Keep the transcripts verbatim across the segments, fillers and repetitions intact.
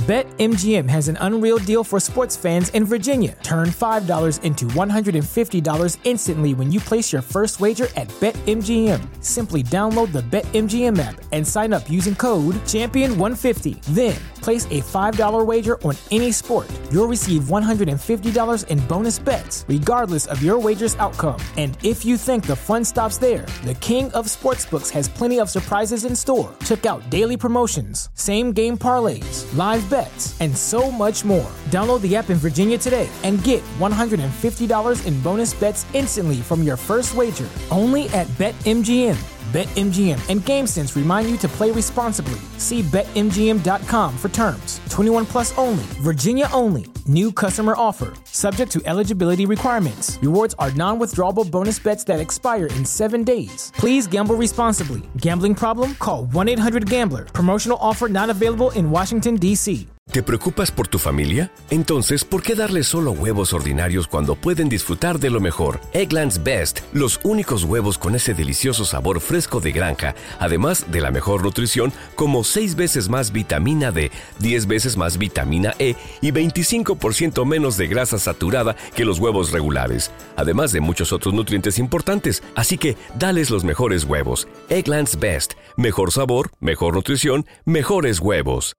BetMGM has an unreal deal for sports fans in Virginia. Turn five dollars into one hundred fifty dollars instantly when you place your first wager at BetMGM. Simply download the BetMGM app and sign up using code champion one fifty. Then, place a five dollars wager on any sport. You'll receive one hundred fifty dollars in bonus bets, regardless of your wager's outcome. And if you think the fun stops there, the King of Sportsbooks has plenty of surprises in store. Check out daily promotions, same-game parlays, live bets, and so much more. Download the app in Virginia today and get one hundred fifty dollars in bonus bets instantly from your first wager. Only at BetMGM. BetMGM and GameSense remind you to play responsibly. See Bet M G M dot com for terms. twenty-one plus only. Virginia only. New customer offer. Subject to eligibility requirements. Rewards are non-withdrawable bonus bets that expire in seven days. Please gamble responsibly. Gambling problem? Call one eight hundred gambler. Promotional offer not available in Washington, D C ¿Te preocupas por tu familia? Entonces, ¿por qué darles solo huevos ordinarios cuando pueden disfrutar de lo mejor? Eggland's Best, los únicos huevos con ese delicioso sabor fresco de granja, además de la mejor nutrición, como seis veces más vitamina D, diez veces más vitamina E y veinticinco por ciento menos de grasa saturada que los huevos regulares, además de muchos otros nutrientes importantes. Así que, dales los mejores huevos. Eggland's Best, mejor sabor, mejor nutrición, mejores huevos.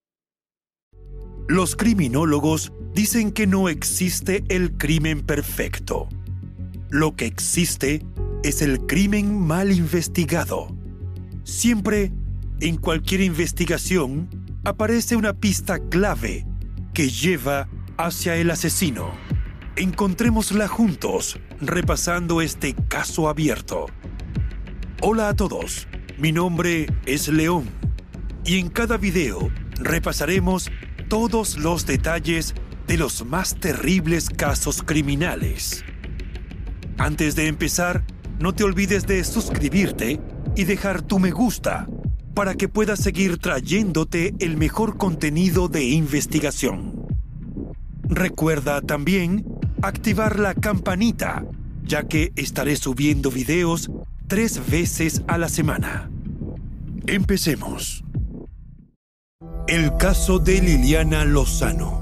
Los criminólogos dicen que no existe el crimen perfecto. Lo que existe es el crimen mal investigado. Siempre, en cualquier investigación, aparece una pista clave que lleva hacia el asesino. Encontrémosla juntos, repasando este caso abierto. Hola a todos, mi nombre es León, y en cada video repasaremos todos los detalles de los más terribles casos criminales. Antes de empezar, no te olvides de suscribirte y dejar tu me gusta para que puedas seguir trayéndote el mejor contenido de investigación. Recuerda también activar la campanita, ya que estaré subiendo videos tres veces a la semana. Empecemos. El caso de Liliana Lozano.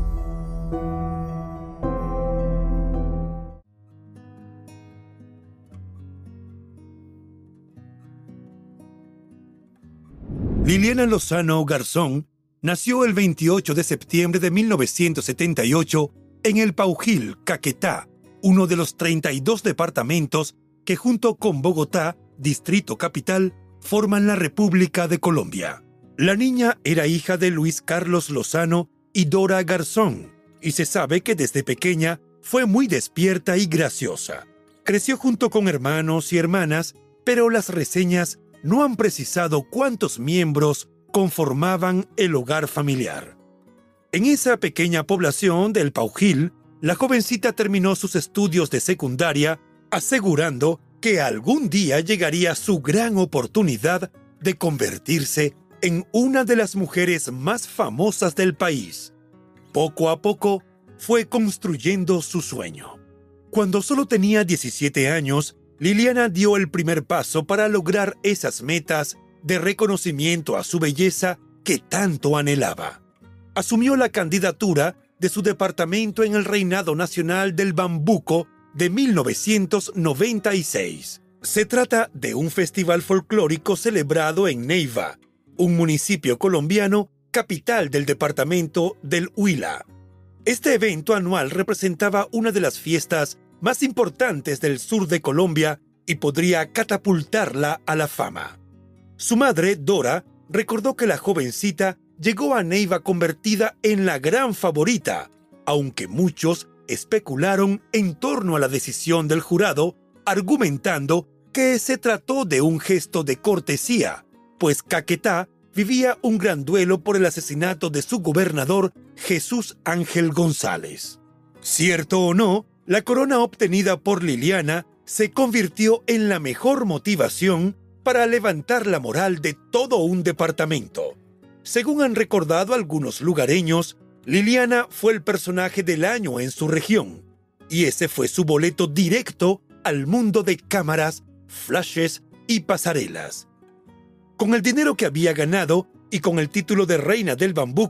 Liliana Lozano Garzón nació el veintiocho de septiembre de mil novecientos setenta y ocho en el Paujil, Caquetá, uno de los treinta y dos departamentos que junto con Bogotá, Distrito Capital, forman la República de Colombia. La niña era hija de Luis Carlos Lozano y Dora Garzón, y se sabe que desde pequeña fue muy despierta y graciosa. Creció junto con hermanos y hermanas, pero las reseñas no han precisado cuántos miembros conformaban el hogar familiar. En esa pequeña población del Paujil, la jovencita terminó sus estudios de secundaria, asegurando que algún día llegaría su gran oportunidad de convertirse en una de las mujeres más famosas del país. Poco a poco, fue construyendo su sueño. Cuando solo tenía diecisiete años, Liliana dio el primer paso para lograr esas metas de reconocimiento a su belleza que tanto anhelaba. Asumió la candidatura de su departamento en el Reinado Nacional del Bambuco de mil novecientos noventa y seis. Se trata de un festival folclórico celebrado en Neiva, un municipio colombiano, capital del departamento del Huila. Este evento anual representaba una de las fiestas más importantes del sur de Colombia y podría catapultarla a la fama. Su madre, Dora, recordó que la jovencita llegó a Neiva convertida en la gran favorita, aunque muchos especularon en torno a la decisión del jurado, argumentando que se trató de un gesto de cortesía, pues Caquetá vivía un gran duelo por el asesinato de su gobernador Jesús Ángel González. Cierto o no, la corona obtenida por Liliana se convirtió en la mejor motivación para levantar la moral de todo un departamento. Según han recordado algunos lugareños, Liliana fue el personaje del año en su región, y ese fue su boleto directo al mundo de cámaras, flashes y pasarelas. Con el dinero que había ganado y con el título de reina del Bambuco,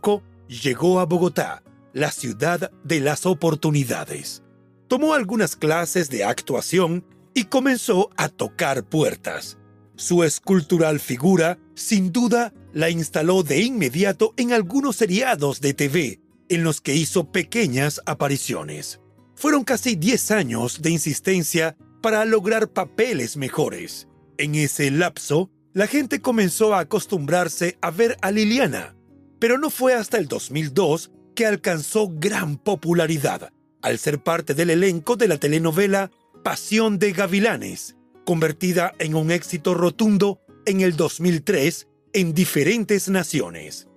llegó a Bogotá, la ciudad de las oportunidades. Tomó algunas clases de actuación y comenzó a tocar puertas. Su escultural figura, sin duda, la instaló de inmediato en algunos seriados de T V, en los que hizo pequeñas apariciones. Fueron casi diez años de insistencia para lograr papeles mejores. En ese lapso, la gente comenzó a acostumbrarse a ver a Liliana, pero no fue hasta el dos mil dos que alcanzó gran popularidad, al ser parte del elenco de la telenovela Pasión de Gavilanes, convertida en un éxito rotundo en el dos mil tres en diferentes naciones.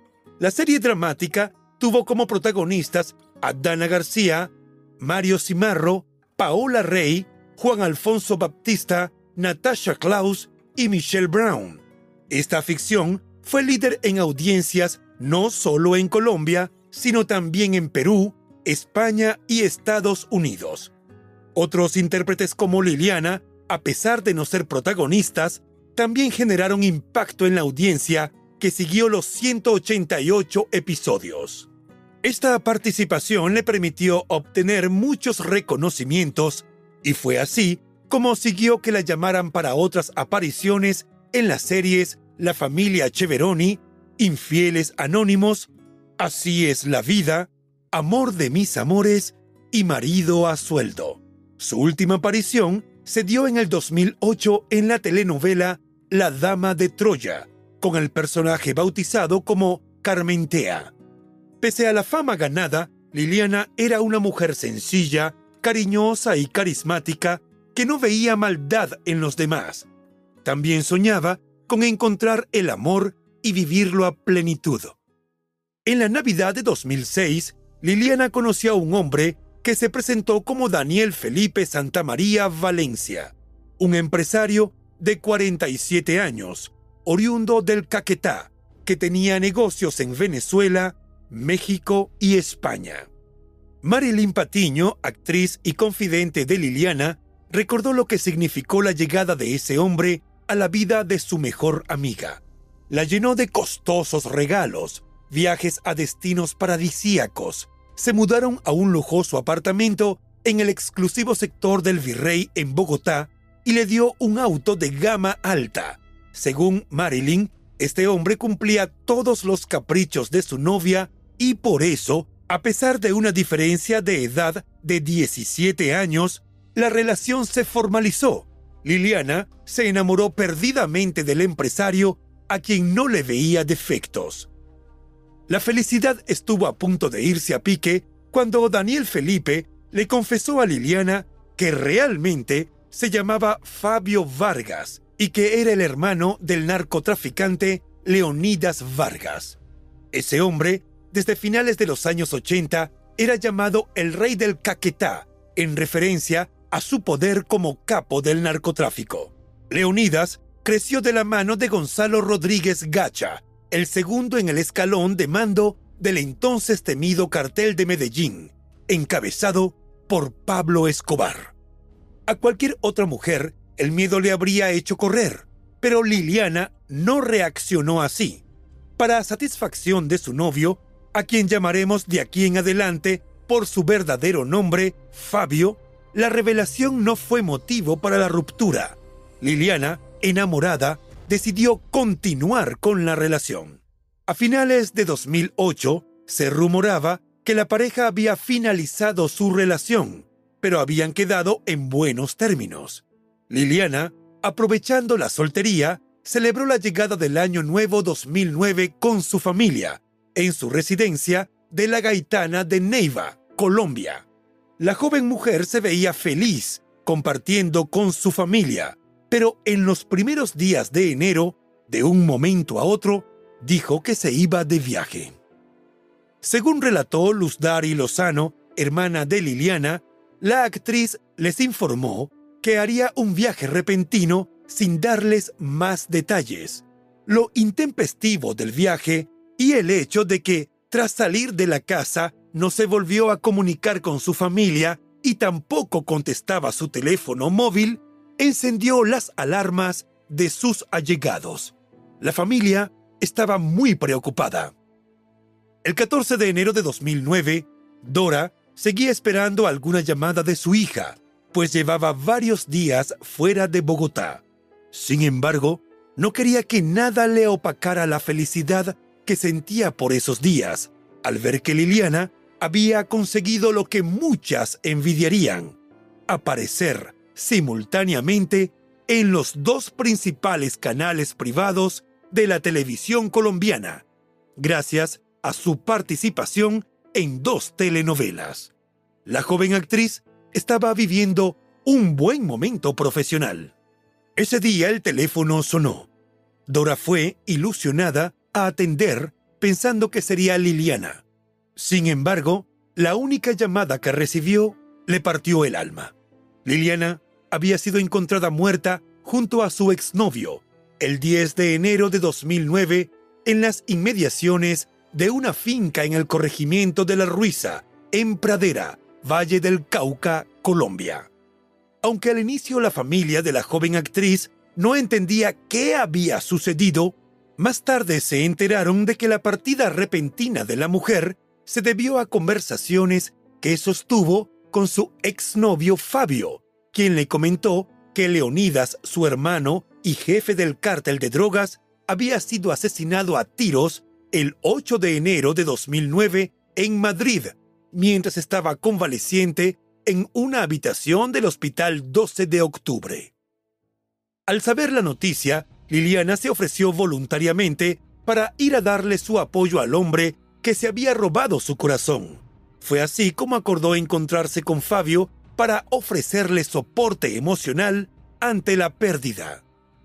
La serie dramática tuvo como protagonistas a Dana García, Mario Cimarro, Paola Rey, Juan Alfonso Baptista, Natasha Klaus y Michelle Brown. Esta ficción fue líder en audiencias no solo en Colombia, sino también en Perú, España y Estados Unidos. Otros intérpretes como Liliana, a pesar de no ser protagonistas, también generaron impacto en la audiencia que siguió los ciento ochenta y ocho episodios. Esta participación le permitió obtener muchos reconocimientos y fue así como siguió que la llamaran para otras apariciones en las series La familia Cheveroni, Infieles Anónimos, Así es la vida, Amor de mis amores y Marido a sueldo. Su última aparición se dio en el dos mil ocho en la telenovela La Dama de Troya, con el personaje bautizado como Carmentea. Pese a la fama ganada, Liliana era una mujer sencilla, cariñosa y carismática que no veía maldad en los demás. También soñaba con encontrar el amor y vivirlo a plenitud. En la Navidad de dos mil seis, Liliana conoció a un hombre que se presentó como Daniel Felipe Santamaría Valencia, un empresario de cuarenta y siete años, oriundo del Caquetá, que tenía negocios en Venezuela, México y España. Marilyn Patiño, actriz y confidente de Liliana, recordó lo que significó la llegada de ese hombre a la vida de su mejor amiga. La llenó de costosos regalos, viajes a destinos paradisíacos. Se mudaron a un lujoso apartamento en el exclusivo sector del Virrey en Bogotá y le dio un auto de gama alta. Según Marilyn, este hombre cumplía todos los caprichos de su novia y por eso, a pesar de una diferencia de edad de diecisiete años, la relación se formalizó. Liliana se enamoró perdidamente del empresario a quien no le veía defectos. La felicidad estuvo a punto de irse a pique cuando Daniel Felipe le confesó a Liliana que realmente se llamaba Fabio Vargas y que era el hermano del narcotraficante Leonidas Vargas. Ese hombre, desde finales de los años ochenta, era llamado el Rey del Caquetá, en referencia a su poder como capo del narcotráfico. Leonidas creció de la mano de Gonzalo Rodríguez Gacha, el segundo en el escalón de mando del entonces temido cartel de Medellín, encabezado por Pablo Escobar. A cualquier otra mujer, el miedo le habría hecho correr, pero Liliana no reaccionó así. Para satisfacción de su novio, a quien llamaremos de aquí en adelante por su verdadero nombre, Fabio, la revelación no fue motivo para la ruptura. Liliana, enamorada, decidió continuar con la relación. A finales de dos mil ocho, se rumoraba que la pareja había finalizado su relación, pero habían quedado en buenos términos. Liliana, aprovechando la soltería, celebró la llegada del Año Nuevo dos mil nueve con su familia, en su residencia de La Gaitana de Neiva, Colombia. La joven mujer se veía feliz compartiendo con su familia, pero en los primeros días de enero, de un momento a otro, dijo que se iba de viaje. Según relató Luzdari Lozano, hermana de Liliana, la actriz les informó que haría un viaje repentino sin darles más detalles. Lo intempestivo del viaje y el hecho de que, tras salir de la casa, no se volvió a comunicar con su familia y tampoco contestaba su teléfono móvil, encendió las alarmas de sus allegados. La familia estaba muy preocupada. El catorce de enero de dos mil nueve, Dora seguía esperando alguna llamada de su hija, pues llevaba varios días fuera de Bogotá. Sin embargo, no quería que nada le opacara la felicidad que sentía por esos días, al ver que Liliana había conseguido lo que muchas envidiarían: aparecer simultáneamente en los dos principales canales privados de la televisión colombiana, gracias a su participación en dos telenovelas. La joven actriz estaba viviendo un buen momento profesional. Ese día el teléfono sonó. Dora fue, ilusionada, a atender, pensando que sería Liliana. Sin embargo, la única llamada que recibió le partió el alma. Liliana había sido encontrada muerta junto a su exnovio el diez de enero de dos mil nueve en las inmediaciones de una finca en el corregimiento de La Ruiza, en Pradera, Valle del Cauca, Colombia. Aunque al inicio la familia de la joven actriz no entendía qué había sucedido, más tarde se enteraron de que la partida repentina de la mujer se debió a conversaciones que sostuvo con su exnovio Fabio, quien le comentó que Leonidas, su hermano y jefe del cártel de drogas, había sido asesinado a tiros el ocho de enero de dos mil nueve en Madrid, mientras estaba convaleciente en una habitación del Hospital doce de octubre. Al saber la noticia, Liliana se ofreció voluntariamente para ir a darle su apoyo al hombre que se había robado su corazón. Fue así como acordó encontrarse con Fabio para ofrecerle soporte emocional ante la pérdida.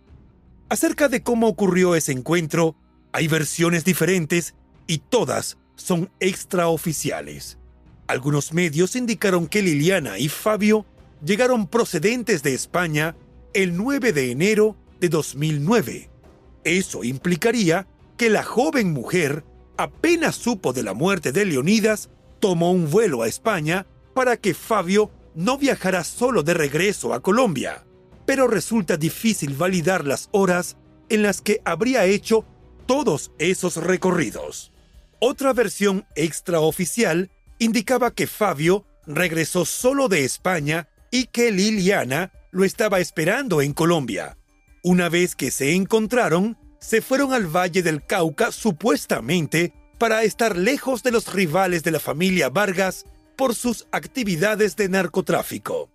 Acerca de cómo ocurrió ese encuentro, hay versiones diferentes y todas son extraoficiales. Algunos medios indicaron que Liliana y Fabio llegaron procedentes de España el nueve de enero de dos mil nueve. Eso implicaría que la joven mujer apenas supo de la muerte de Leonidas, tomó un vuelo a España para que Fabio no viajara solo de regreso a Colombia. Pero resulta difícil validar las horas en las que habría hecho todos esos recorridos. Otra versión extraoficial indicaba que Fabio regresó solo de España y que Liliana lo estaba esperando en Colombia. Una vez que se encontraron, se fueron al Valle del Cauca supuestamente para estar lejos de los rivales de la familia Vargas por sus actividades de narcotráfico.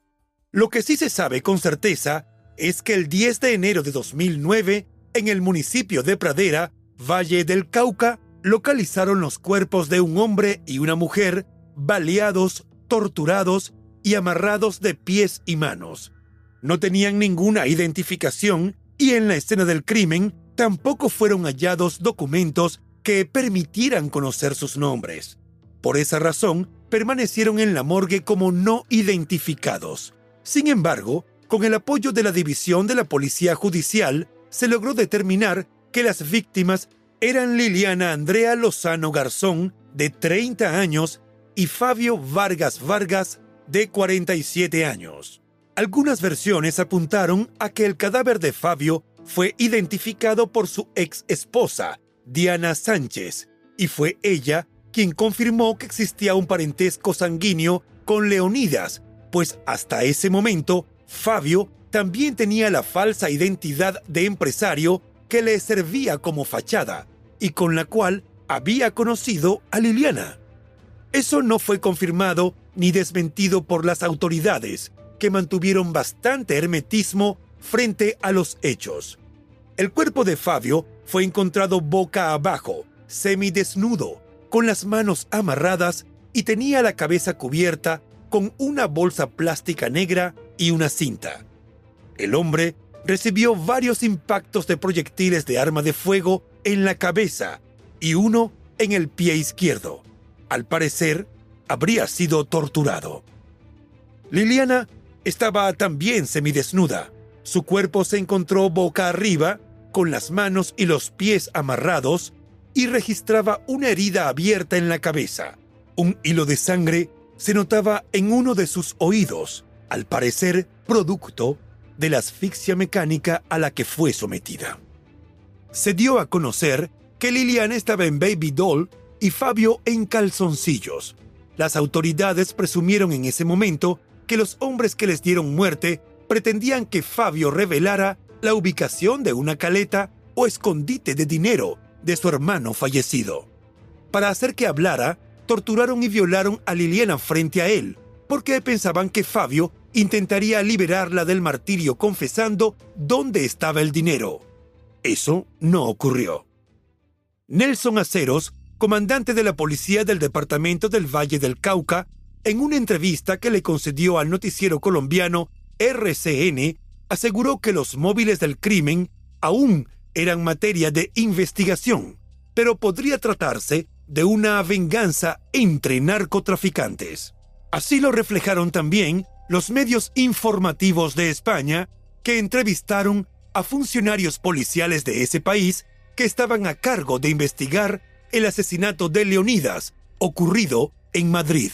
Lo que sí se sabe con certeza es que el diez de enero de dos mil nueve, en el municipio de Pradera, Valle del Cauca, localizaron los cuerpos de un hombre y una mujer baleados, torturados y amarrados de pies y manos. No tenían ninguna identificación y en la escena del crimen tampoco fueron hallados documentos que permitieran conocer sus nombres. Por esa razón, permanecieron en la morgue como no identificados. Sin embargo, con el apoyo de la División de la Policía Judicial, se logró determinar que las víctimas eran Liliana Andrea Lozano Garzón, de treinta años, y Fabio Vargas Vargas, de cuarenta y siete años. Algunas versiones apuntaron a que el cadáver de Fabio fue identificado por su ex esposa, Diana Sánchez, y fue ella quien confirmó que existía un parentesco sanguíneo con Leonidas, pues hasta ese momento Fabio también tenía la falsa identidad de empresario que le servía como fachada y con la cual había conocido a Liliana. Eso no fue confirmado ni desmentido por las autoridades, que mantuvieron bastante hermetismo frente a los hechos. El cuerpo de Fabio fue encontrado boca abajo, semidesnudo, con las manos amarradas y tenía la cabeza cubierta con una bolsa plástica negra y una cinta. El hombre recibió varios impactos de proyectiles de arma de fuego en la cabeza y uno en el pie izquierdo. Al parecer, habría sido torturado. Liliana estaba también semidesnuda. Su cuerpo se encontró boca arriba, con las manos y los pies amarrados, y registraba una herida abierta en la cabeza. Un hilo de sangre se notaba en uno de sus oídos, al parecer producto de la asfixia mecánica a la que fue sometida. Se dio a conocer que Liliana estaba en Baby Doll y Fabio en calzoncillos. Las autoridades presumieron en ese momento que los hombres que les dieron muerte pretendían que Fabio revelara la ubicación de una caleta o escondite de dinero de su hermano fallecido. Para hacer que hablara, torturaron y violaron a Liliana frente a él, porque pensaban que Fabio intentaría liberarla del martirio confesando dónde estaba el dinero. Eso no ocurrió. Nelson Aceros, comandante de la policía del departamento del Valle del Cauca, en una entrevista que le concedió al noticiero colombiano R C N, aseguró que los móviles del crimen aún eran materia de investigación, pero podría tratarse de una venganza entre narcotraficantes. Así lo reflejaron también los medios informativos de España, que entrevistaron a funcionarios policiales de ese país que estaban a cargo de investigar el asesinato de Leonidas, ocurrido en Madrid.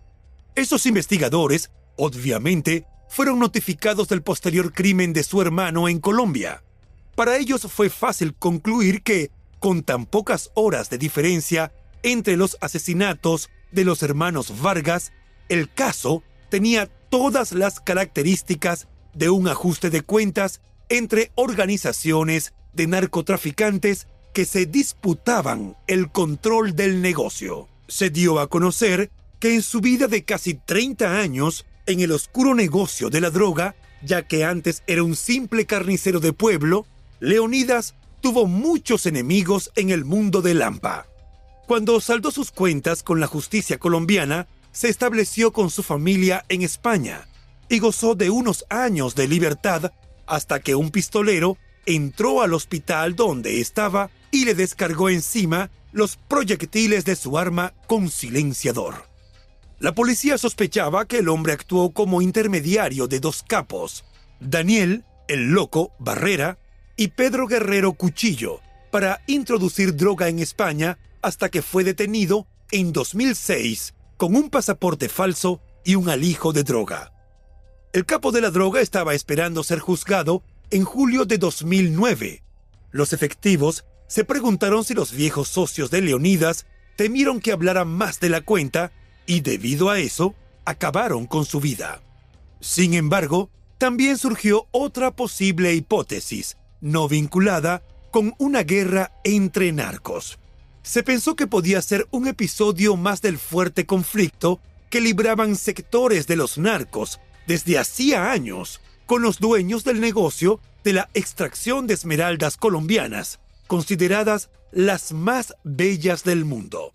Esos investigadores, obviamente, fueron notificados del posterior crimen de su hermano en Colombia. Para ellos fue fácil concluir que, con tan pocas horas de diferencia entre los asesinatos de los hermanos Vargas, el caso tenía todas las características de un ajuste de cuentas entre organizaciones de narcotraficantes que se disputaban el control del negocio. Se dio a conocer que en su vida de casi treinta años en el oscuro negocio de la droga, ya que antes era un simple carnicero de pueblo, Leonidas tuvo muchos enemigos en el mundo de Lampa. Cuando saldó sus cuentas con la justicia colombiana, se estableció con su familia en España y gozó de unos años de libertad hasta que un pistolero entró al hospital donde estaba y le descargó encima los proyectiles de su arma con silenciador. La policía sospechaba que el hombre actuó como intermediario de dos capos, Daniel, el loco, Barrera, y Pedro Guerrero Cuchillo, para introducir droga en España hasta que fue detenido en dos mil seis con un pasaporte falso y un alijo de droga. El capo de la droga estaba esperando ser juzgado en julio de dos mil nueve. Los efectivos se preguntaron si los viejos socios de Leonidas temieron que hablara más de la cuenta y, debido a eso, acabaron con su vida. Sin embargo, también surgió otra posible hipótesis, no vinculada con una guerra entre narcos. Se pensó que podía ser un episodio más del fuerte conflicto que libraban sectores de los narcos desde hacía años con los dueños del negocio de la extracción de esmeraldas colombianas, consideradas las más bellas del mundo.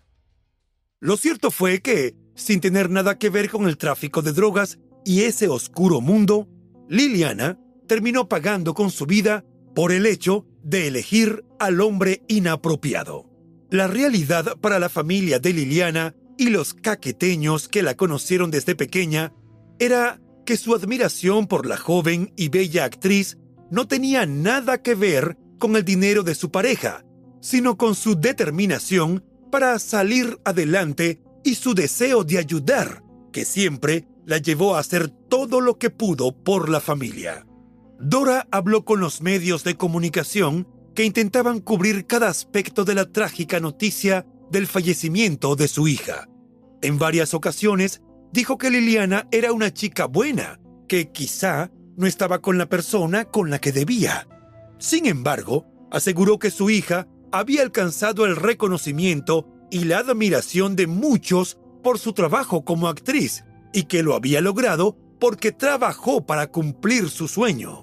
Lo cierto fue que, sin tener nada que ver con el tráfico de drogas y ese oscuro mundo, Liliana terminó pagando con su vida por el hecho de elegir al hombre inapropiado. La realidad para la familia de Liliana y los caqueteños que la conocieron desde pequeña era que su admiración por la joven y bella actriz no tenía nada que ver con el dinero de su pareja, sino con su determinación para salir adelante y su deseo de ayudar, que siempre la llevó a hacer todo lo que pudo por la familia. Dora habló con los medios de comunicación que intentaban cubrir cada aspecto de la trágica noticia del fallecimiento de su hija. En varias ocasiones dijo que Liliana era una chica buena, que quizá no estaba con la persona con la que debía. Sin embargo, aseguró que su hija había alcanzado el reconocimiento y la admiración de muchos por su trabajo como actriz y que lo había logrado porque trabajó para cumplir su sueño.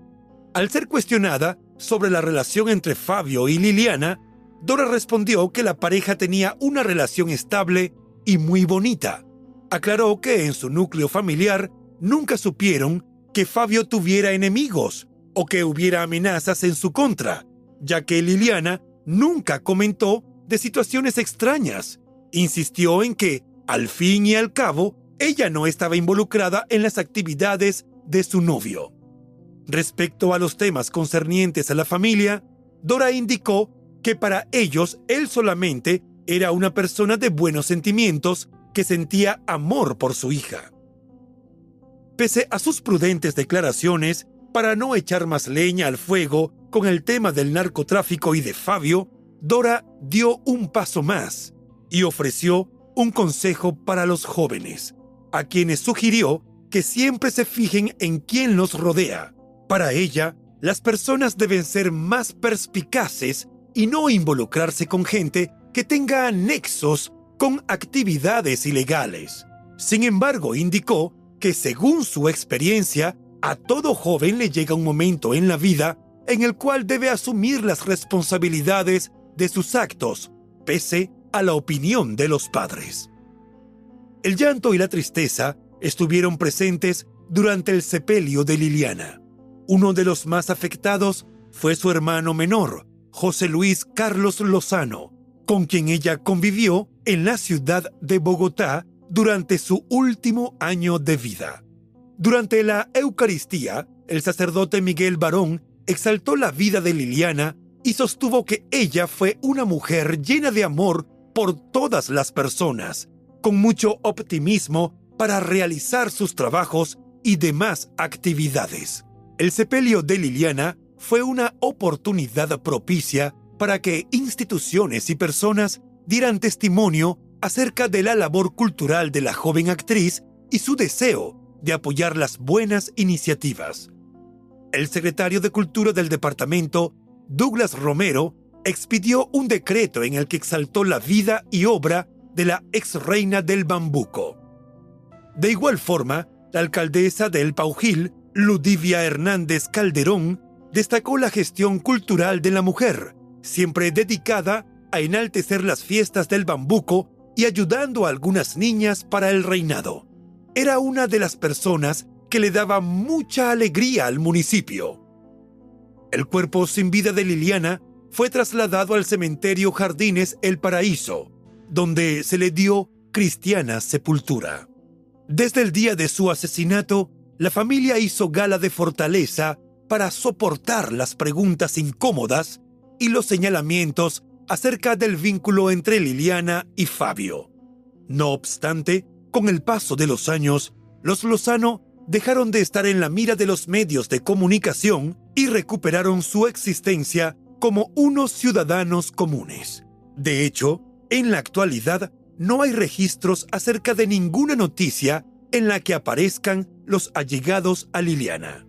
Al ser cuestionada sobre la relación entre Fabio y Liliana, Dora respondió que la pareja tenía una relación estable y muy bonita. Aclaró que en su núcleo familiar nunca supieron que Fabio tuviera enemigos o que hubiera amenazas en su contra, ya que Liliana nunca comentó de situaciones extrañas. Insistió en que, al fin y al cabo, ella no estaba involucrada en las actividades de su novio. Respecto a los temas concernientes a la familia, Dora indicó que para ellos él solamente era una persona de buenos sentimientos que sentía amor por su hija. Pese a sus prudentes declaraciones, para no echar más leña al fuego con el tema del narcotráfico y de Fabio, Dora dio un paso más y ofreció un consejo para los jóvenes, a quienes sugirió que siempre se fijen en quién los rodea. Para ella, las personas deben ser más perspicaces y no involucrarse con gente que tenga nexos con actividades ilegales. Sin embargo, indicó que según su experiencia, a todo joven le llega un momento en la vida en el cual debe asumir las responsabilidades de sus actos, pese a la opinión de los padres. El llanto y la tristeza estuvieron presentes durante el sepelio de Liliana. Uno de los más afectados fue su hermano menor, José Luis Carlos Lozano, con quien ella convivió en la ciudad de Bogotá durante su último año de vida. Durante la Eucaristía, el sacerdote Miguel Barón exaltó la vida de Liliana y sostuvo que ella fue una mujer llena de amor por todas las personas, con mucho optimismo para realizar sus trabajos y demás actividades. El sepelio de Liliana fue una oportunidad propicia para que instituciones y personas dieran testimonio acerca de la labor cultural de la joven actriz y su deseo de apoyar las buenas iniciativas. El secretario de Cultura del departamento, Douglas Romero, expidió un decreto en el que exaltó la vida y obra de la ex reina del Bambuco. De igual forma, la alcaldesa de El Paujil, Ludivia Hernández Calderón, destacó la gestión cultural de la mujer, siempre dedicada a enaltecer las fiestas del Bambuco y ayudando a algunas niñas para el reinado. Era una de las personas que le daba mucha alegría al municipio. El cuerpo sin vida de Liliana fue trasladado al cementerio Jardines El Paraíso, donde se le dio cristiana sepultura. Desde el día de su asesinato, la familia hizo gala de fortaleza para soportar las preguntas incómodas y los señalamientos acerca del vínculo entre Liliana y Fabio. No obstante, con el paso de los años, los Lozano dejaron de estar en la mira de los medios de comunicación y recuperaron su existencia como unos ciudadanos comunes. De hecho, en la actualidad no hay registros acerca de ninguna noticia en la que aparezcan los allegados a Liliana.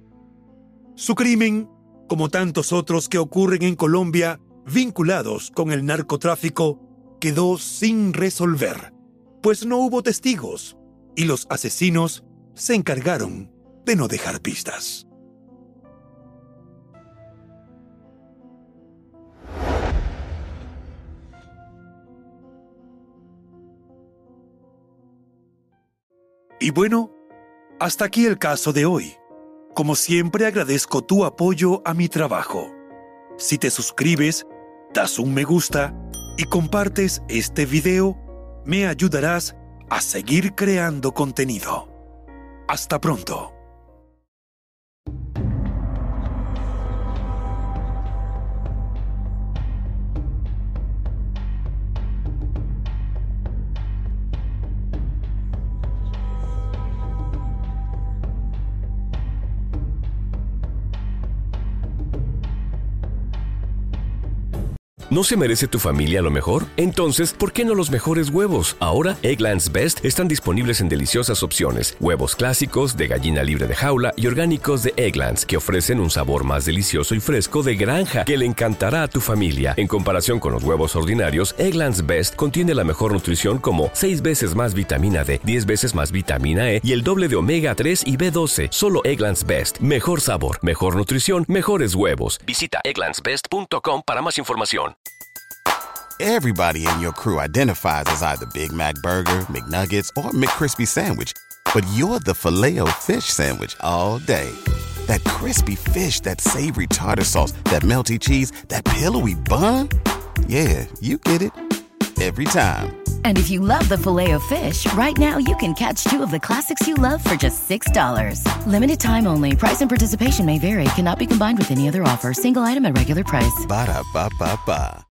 Su crimen, como tantos otros que ocurren en Colombia vinculados con el narcotráfico, quedó sin resolver, pues no hubo testigos y los asesinos se encargaron de no dejar pistas. Y bueno, hasta aquí el caso de hoy. Como siempre, agradezco tu apoyo a mi trabajo. Si te suscribes, das un me gusta y compartes este video, me ayudarás a seguir creando contenido. Hasta pronto. ¿No se merece tu familia lo mejor? Entonces, ¿por qué no los mejores huevos? Ahora, Eggland's Best están disponibles en deliciosas opciones. Huevos clásicos, de gallina libre de jaula y orgánicos de Eggland's, que ofrecen un sabor más delicioso y fresco de granja que le encantará a tu familia. En comparación con los huevos ordinarios, Eggland's Best contiene la mejor nutrición como seis veces más vitamina D, diez veces más vitamina E y el doble de omega tres y B doce. Solo Eggland's Best. Mejor sabor, mejor nutrición, mejores huevos. Visita egglands best punto com para más información. Everybody in your crew identifies as either Big Mac Burger, McNuggets, or McCrispy Sandwich. But you're the Filet-O-Fish Sandwich all day. That crispy fish, that savory tartar sauce, that melty cheese, that pillowy bun. Yeah, you get it. Every time. And if you love the Filet-O-Fish, right now you can catch two of the classics you love for just six dollars. Limited time only. Price and participation may vary. Cannot be combined with any other offer. Single item at regular price. Ba-da-ba-ba-ba.